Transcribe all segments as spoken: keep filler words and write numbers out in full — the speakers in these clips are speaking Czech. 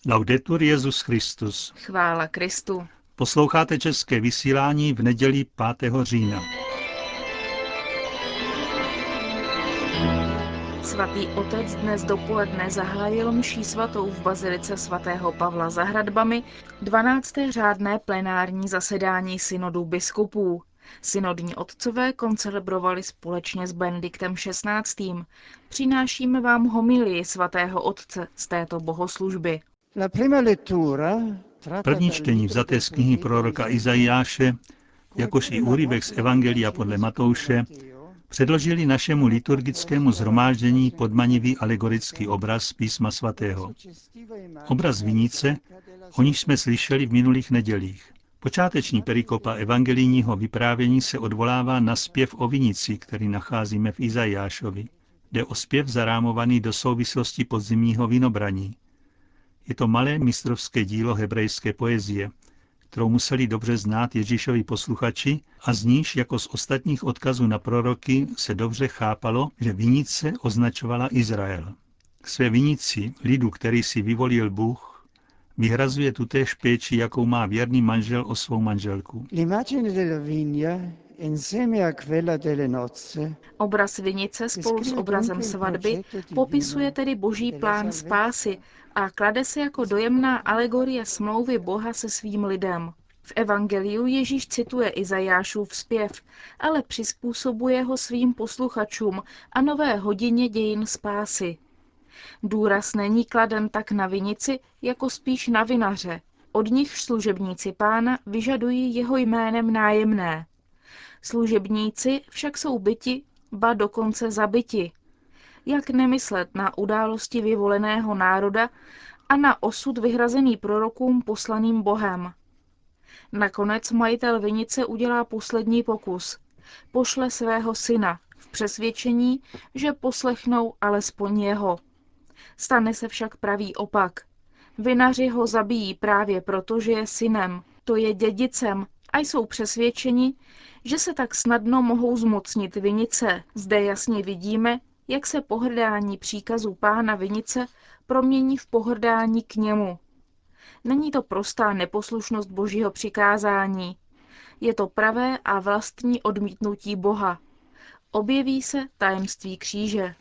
Laudetur Jesus Christus. Chvála Kristu. Posloucháte české vysílání v neděli pátého října. Svatý otec dnes dopoledne zahájil mší svatou v bazilice svatého Pavla za hradbami dvanácté řádné plenární zasedání synodu biskupů. Synodní otcové koncelebrovali společně s Benediktem šestnáctým. Přinášíme vám homilii svatého otce z této bohoslužby. První čtení vzaté z knihy proroka Izajáše, jakož i úryvek z Evangelia podle Matouše, předložili našemu liturgickému shromáždění podmanivý alegorický obraz písma svatého. Obraz vinice, o níž jsme slyšeli v minulých nedělích. Počáteční perikopa evangelijního vyprávění se odvolává na zpěv o vinici, který nacházíme v Izajášovi. Jde o zpěv zarámovaný do souvislosti podzimního vinobraní. Je to malé mistrovské dílo hebrejské poezie, kterou museli dobře znát Ježíšovi posluchači a z níž jako z ostatních odkazů na proroky se dobře chápalo, že vinice označovala Izrael. K své vinici, lidu, který si vyvolil Bůh, vyhrazuje tutéž péči, jakou má věrný manžel o svou manželku. Obraz vinice spolu s obrazem svatby popisuje tedy boží plán spásy a klade se jako dojemná alegorie smlouvy Boha se svým lidem. V evangeliu Ježíš cituje Izajášův zpěv, ale přizpůsobuje ho svým posluchačům a nové hodině dějin spásy. Důraz není kladen tak na vinici, jako spíš na vinaře. Od nich služebníci pána vyžadují jeho jménem nájemné. Služebníci však jsou byti, ba dokonce zabiti. Jak nemyslet na události vyvoleného národa a na osud vyhrazený prorokům poslaným Bohem? Nakonec majitel vinice udělá poslední pokus. Pošle svého syna v přesvědčení, že poslechnou alespoň jeho. Stane se však pravý opak. Vinaři ho zabijí právě proto, že je synem, to je dědicem, a jsou přesvědčeni, že se tak snadno mohou zmocnit vinice. Zde jasně vidíme, jak se pohrdání příkazů pána vinice promění v pohrdání k němu. Není to prostá neposlušnost božího přikázání. Je to pravé a vlastní odmítnutí Boha. Objeví se tajemství kříže.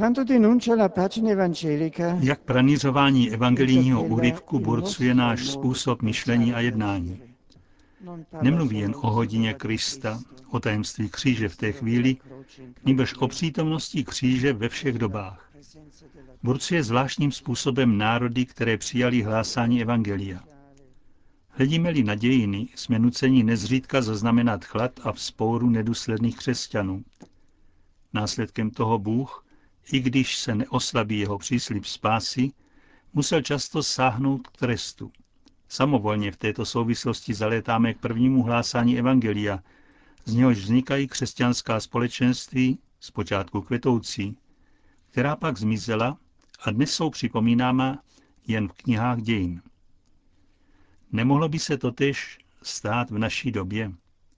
Jak pranířování evangelijního úryvku burcuje náš způsob myšlení a jednání. Nemluví jen o hodině Krista, o tajemství kříže v té chvíli, nýbrž o přítomnosti kříže ve všech dobách. Burcuje zvláštním způsobem národy, které přijali hlásání evangelia. Hledíme-li na dějiny, jsme nuceni nezřídka zaznamenat chlad a vzpouru nedůsledných křesťanů. Následkem toho Bůh, i když se neoslabí jeho příslib spásy, musel často sáhnout k trestu. Samovolně v této souvislosti zalétáme k prvnímu hlásání evangelia, z něhož vznikají křesťanská společenství, zpočátku kvetoucí, která pak zmizela a dnes jsou připomínána jen v knihách dějin. Nemohlo by se totéž stát v naší době?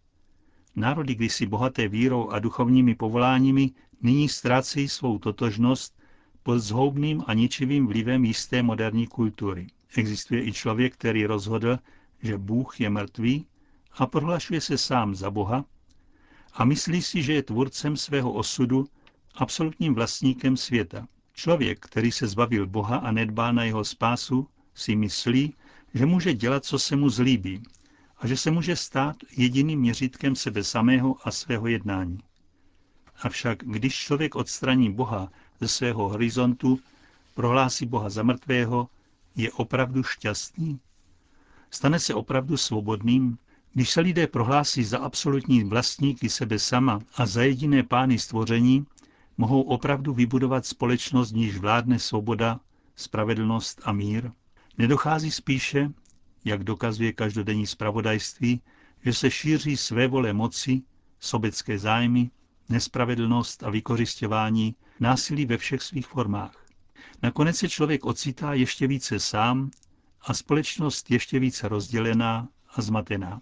Národy kdysi bohaté vírou a duchovními povoláními nyní ztrácejí svou totožnost pod zhoubným a ničivým vlivem jisté moderní kultury. Existuje i člověk, který rozhodl, že Bůh je mrtvý a prohlašuje se sám za Boha a myslí si, že je tvůrcem svého osudu, absolutním vlastníkem světa. Člověk, který se zbavil Boha a nedbá na jeho spásu, si myslí, že může dělat, co se mu zlíbí a že se může stát jediným měřítkem sebe samého a svého jednání. Avšak když člověk odstraní Boha ze svého horizontu, prohlásí Boha za mrtvého, je opravdu šťastný? Stane se opravdu svobodným? Když se lidé prohlásí za absolutní vlastníky sebe sama a za jediné pány stvoření, mohou opravdu vybudovat společnost, v níž vládne svoboda, spravedlnost a mír? Nedochází spíše, jak dokazuje každodenní zpravodajství, že se šíří svévole moci, sobecké zájmy, nespravedlnost a vykořisťování, násilí ve všech svých formách. Nakonec se člověk ocitá ještě více sám a společnost ještě více rozdělená a zmatená.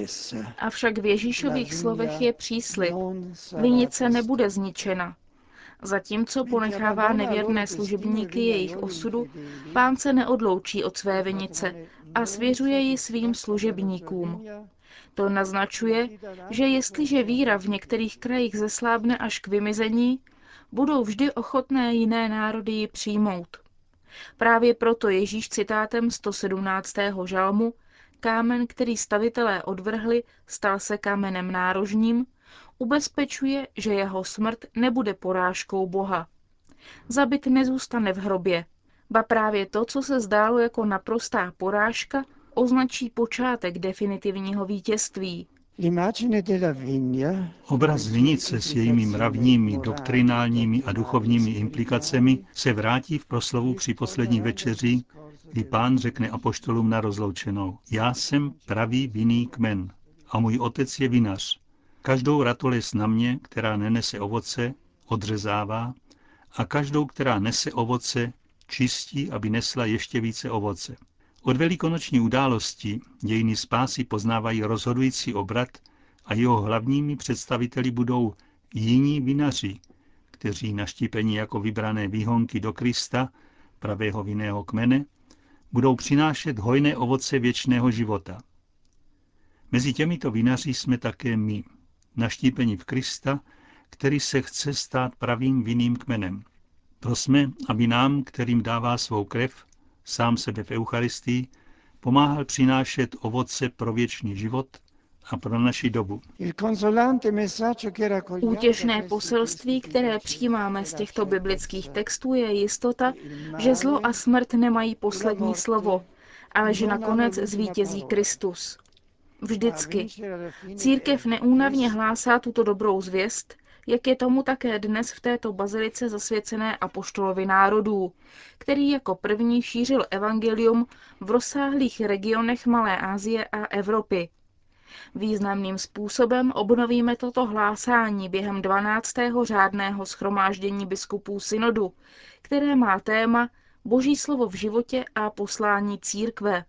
Avšak v Ježíšových slovech je příslib. Vinice nebude zničena. Zatímco ponechává nevěrné služebníky jejich osudu, Pán se neodloučí od své vinice a svěřuje ji svým služebníkům. To naznačuje, že jestliže víra v některých krajích zeslábne až k vymizení, budou vždy ochotné jiné národy ji přijmout. Právě proto Ježíš citátem sto sedmnáctého žalmu "Kámen, který stavitelé odvrhli, stal se kamenem nárožním", ubezpečuje, že jeho smrt nebude porážkou Boha. Zabit nezůstane v hrobě, ba právě to, co se zdálo jako naprostá porážka, označí počátek definitivního vítězství. Obraz vinice s jejími mravními, doktrinálními a duchovními implikacemi se vrátí v proslovu při poslední večeři, kdy Pán řekne apoštolům na rozloučenou: Já jsem pravý vinný kmen a můj otec je vinař. Každou ratolest na mě, která nenese ovoce, odřezává a každou, která nese ovoce, čistí, aby nesla ještě více ovoce. Od velikonoční události dějiny spásy poznávají rozhodující obrat a jeho hlavními představiteli budou jiní vinaři, kteří naštípení jako vybrané výhonky do Krista, pravého vinného kmene, budou přinášet hojné ovoce věčného života. Mezi těmito vinaři jsme také my, naštípeni v Krista, který se chce stát pravým vinným kmenem. Prosme, aby nám, kterým dává svou krev, sám sebe v Eucharistii, pomáhal přinášet ovoce pro věčný život a pro naši dobu. Útěšné poselství, které přijímáme z těchto biblických textů, je jistota, že zlo a smrt nemají poslední slovo, ale že nakonec zvítězí Kristus. Vždycky. Církev neúnavně hlásá tuto dobrou zvěst, jak je tomu také dnes v této bazilice zasvěcené apoštolovi národů, který jako první šířil evangelium v rozsáhlých regionech Malé Asie a Evropy. Významným způsobem obnovíme toto hlásání během dvanáctého řádného shromáždění biskupů synodu, které má téma Boží slovo v životě a poslání církve.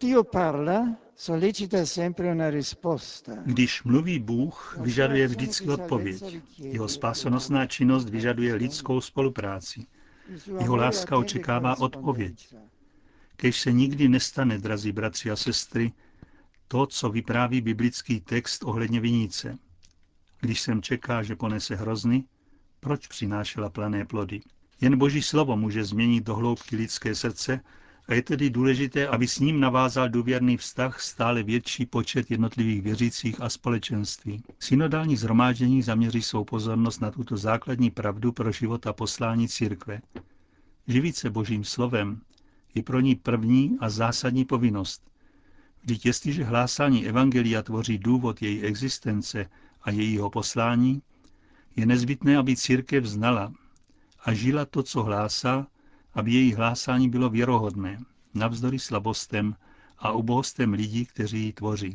Když mluví Bůh, vyžaduje vždycky odpověď. Jeho spásonosná činnost vyžaduje lidskou spolupráci. Jeho láska očekává odpověď. Kéž se nikdy nestane, drazí bratři a sestry, to, co vypráví biblický text ohledně vinice. Když jsem čeká, že ponese hrozny, proč přinášela plané plody? Jen Boží slovo může změnit do hloubky lidské srdce a je tedy důležité, aby s ním navázal důvěrný vztah stále větší počet jednotlivých věřících a společenství. Synodální shromáždění zaměří svou pozornost na tuto základní pravdu pro život a poslání církve. Živit se Božím slovem je pro ní první a zásadní povinnost. Vždyť jestliže hlásání evangelia tvoří důvod její existence a jejího poslání, je nezbytné, aby církev znala a žila to, co hlásá, aby její hlásání bylo věrohodné, navzdory slabostem a ubohostem lidí, kteří ji tvoří.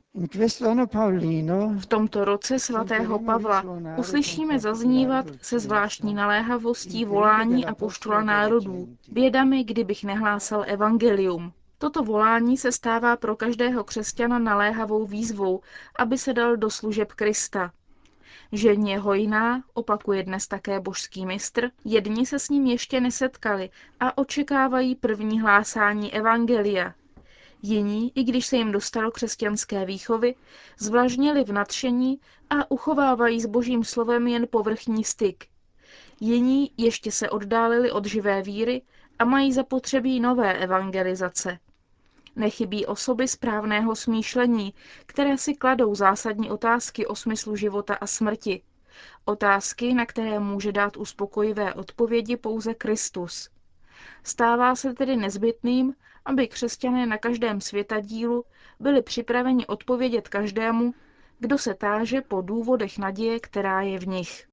V tomto roce svatého Pavla uslyšíme zaznívat se zvláštní naléhavostí volání apoštola národů. Běda mi, kdybych nehlásal evangelium. Toto volání se stává pro každého křesťana naléhavou výzvou, aby se dal do služeb Krista. Žeň je hojná, opakuje dnes také božský mistr, jedni se s ním ještě nesetkali a očekávají první hlásání evangelia. Jiní, i když se jim dostalo křesťanské výchovy, zvlažněli v nadšení a uchovávají s Božím slovem jen povrchní styk. Jiní ještě se oddálili od živé víry a mají zapotřebí nové evangelizace. Nechybí osoby správného smýšlení, které si kladou zásadní otázky o smyslu života a smrti. Otázky, na které může dát uspokojivé odpovědi pouze Kristus. Stává se tedy nezbytným, aby křesťané na každém světadílu byli připraveni odpovědět každému, kdo se táže po důvodech naděje, která je v nich.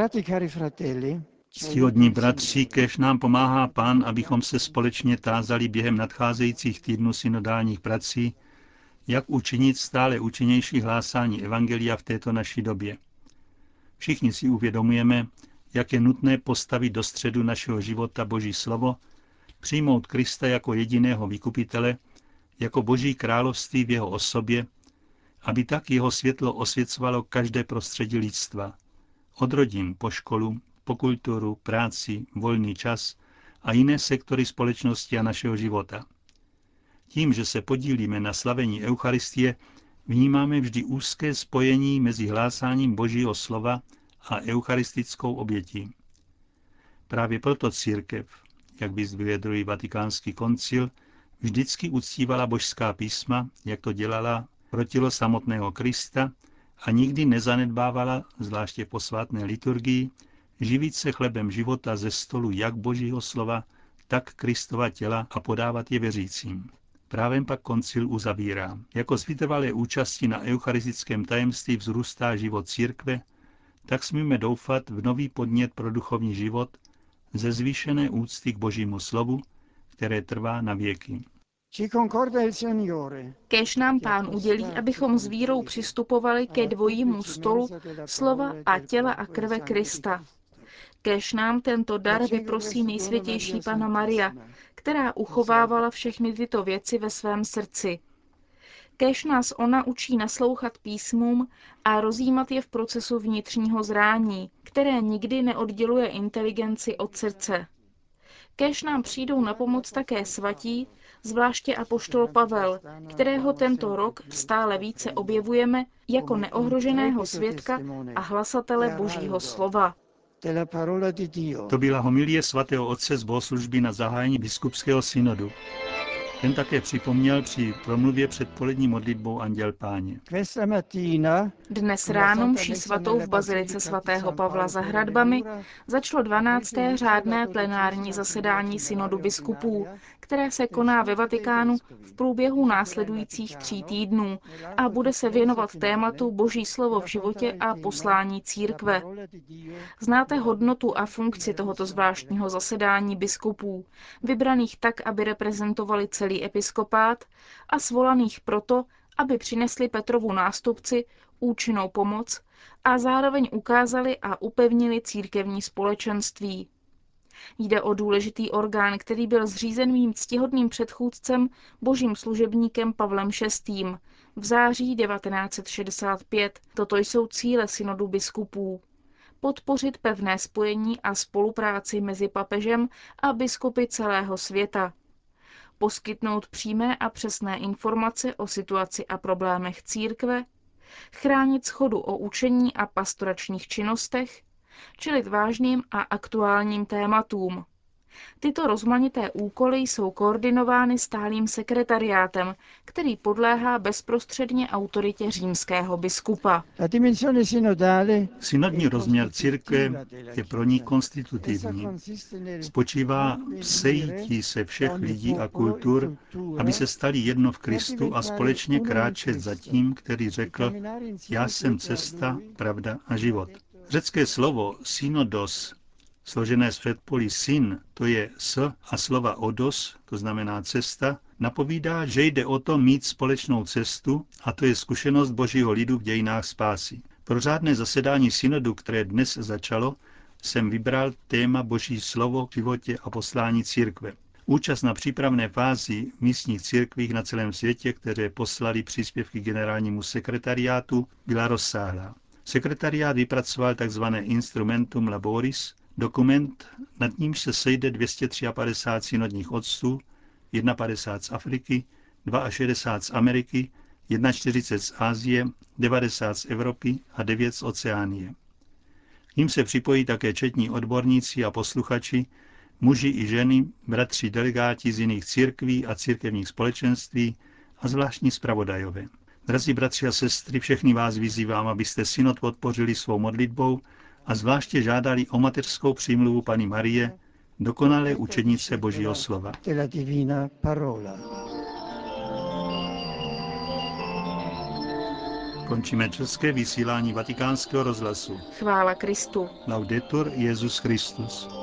Ctihodní bratři, kéž nám pomáhá Pán, abychom se společně tázali během nadcházejících týdnů synodálních prací, jak učinit stále účinnější hlásání evangelia v této naší době. Všichni si uvědomujeme, jak je nutné postavit do středu našeho života Boží slovo, přijmout Krista jako jediného vykupitele, jako Boží království v jeho osobě, aby tak jeho světlo osvěcovalo každé prostředí lidstva, od rodin po školu, po kulturu, práci, volný čas a jiné sektory společnosti a našeho života. Tím, že se podílíme na slavení Eucharistie, vnímáme vždy úzké spojení mezi hlásáním Božího slova a eucharistickou obětí. Právě proto církev, jak vyzdvihuje druhý vatikánský koncil, vždycky uctívala božská písma, jak to dělala pro tělo samotného Krista, a nikdy nezanedbávala, zvláště v posvátné liturgii, živit se chlebem života ze stolu jak Božího slova, tak Kristova těla a podávat je věřícím. Právem pak koncil uzavírá. Jako z vytrvalé účasti na eucharistickém tajemství vzrůstá život církve, tak smíme doufat v nový podnět pro duchovní život ze zvýšené úcty k Božímu slovu, které trvá na věky. Kéž nám Pán udělí, abychom s vírou přistupovali ke dvojímu stolu slova a těla a krve Krista. Kéž nám tento dar vyprosí nejsvětější Panna Maria, která uchovávala všechny tyto věci ve svém srdci. Kéž nás ona učí naslouchat písmům a rozjímat je v procesu vnitřního zrání, které nikdy neodděluje inteligenci od srdce. Kéž nám přijdou na pomoc také svatí, zvláště apoštol Pavel, kterého tento rok stále více objevujeme jako neohroženého svědka a hlasatele Božího slova. To byla homilie svatého otce z bohoslužby na zahájení biskupského synodu. Ten také připomněl při promluvě před polední modlitbou Anděl Páně. Dnes ráno mši svatou v bazilice svatého Pavla za hradbami začalo dvanácté řádné plenární zasedání synodu biskupů, které se koná ve Vatikánu v průběhu následujících tří týdnů a bude se věnovat tématu Boží slovo v životě a poslání církve. Znáte hodnotu a funkci tohoto zvláštního zasedání biskupů, vybraných tak, aby reprezentovali celý episkopát a svolaných proto, aby přinesli Petrovu nástupci účinnou pomoc a zároveň ukázali a upevnili církevní společenství. Jde o důležitý orgán, který byl zřízen mým ctihodným předchůdcem, božím služebníkem Pavlem šestým v září devatenáct set šedesát pět. Toto jsou cíle synodu biskupů. Podpořit pevné spojení a spolupráci mezi papežem a biskupy celého světa. Poskytnout přímé a přesné informace o situaci a problémech církve, chránit shodu o učení a pastoračních činnostech, čelit vážným a aktuálním tématům. Tyto rozmanité úkoly jsou koordinovány stálým sekretariátem, který podléhá bezprostředně autoritě římského biskupa. Synodní rozměr církve je pro ní konstitutivní. Spočívá v sejítí se všech lidí a kultur, aby se stali jedno v Kristu a společně kráčet za tím, který řekl: Já jsem cesta, pravda a život. Řecké slovo synodos, složené z předpolí syn, to je s, a slova odos, to znamená cesta, napovídá, že jde o to mít společnou cestu, a to je zkušenost Božího lidu v dějinách spásy. Pro řádné zasedání synodu, které dnes začalo, jsem vybral téma Boží slovo v životě a poslání církve. Účast na přípravné fázi v místních církvích na celém světě, které poslali příspěvky generálnímu sekretariátu, byla rozsáhlá. Sekretariát vypracoval tzv. Instrumentum Laboris, dokument, nad nímž se sejde dvě stě padesát tři synodních otců, padesát jedna z Afriky, šedesát dva z Ameriky, čtyřicet jedna z Asie, devadesát z Evropy a devět z Oceánie. K ním se připojí také četní odborníci a posluchači, muži i ženy, bratři delegáti z jiných církví a církevních společenství a zvláštní zpravodajové. Drazí bratři a sestry, všechny vás vyzývám, abyste synod podpořili svou modlitbou a zvláště žádali o mateřskou přímluvu Panny Marie, dokonalé učednice Božího slova. Končíme české vysílání Vatikánského rozhlasu. Chvála Kristu. Laudetur Jesus Christus.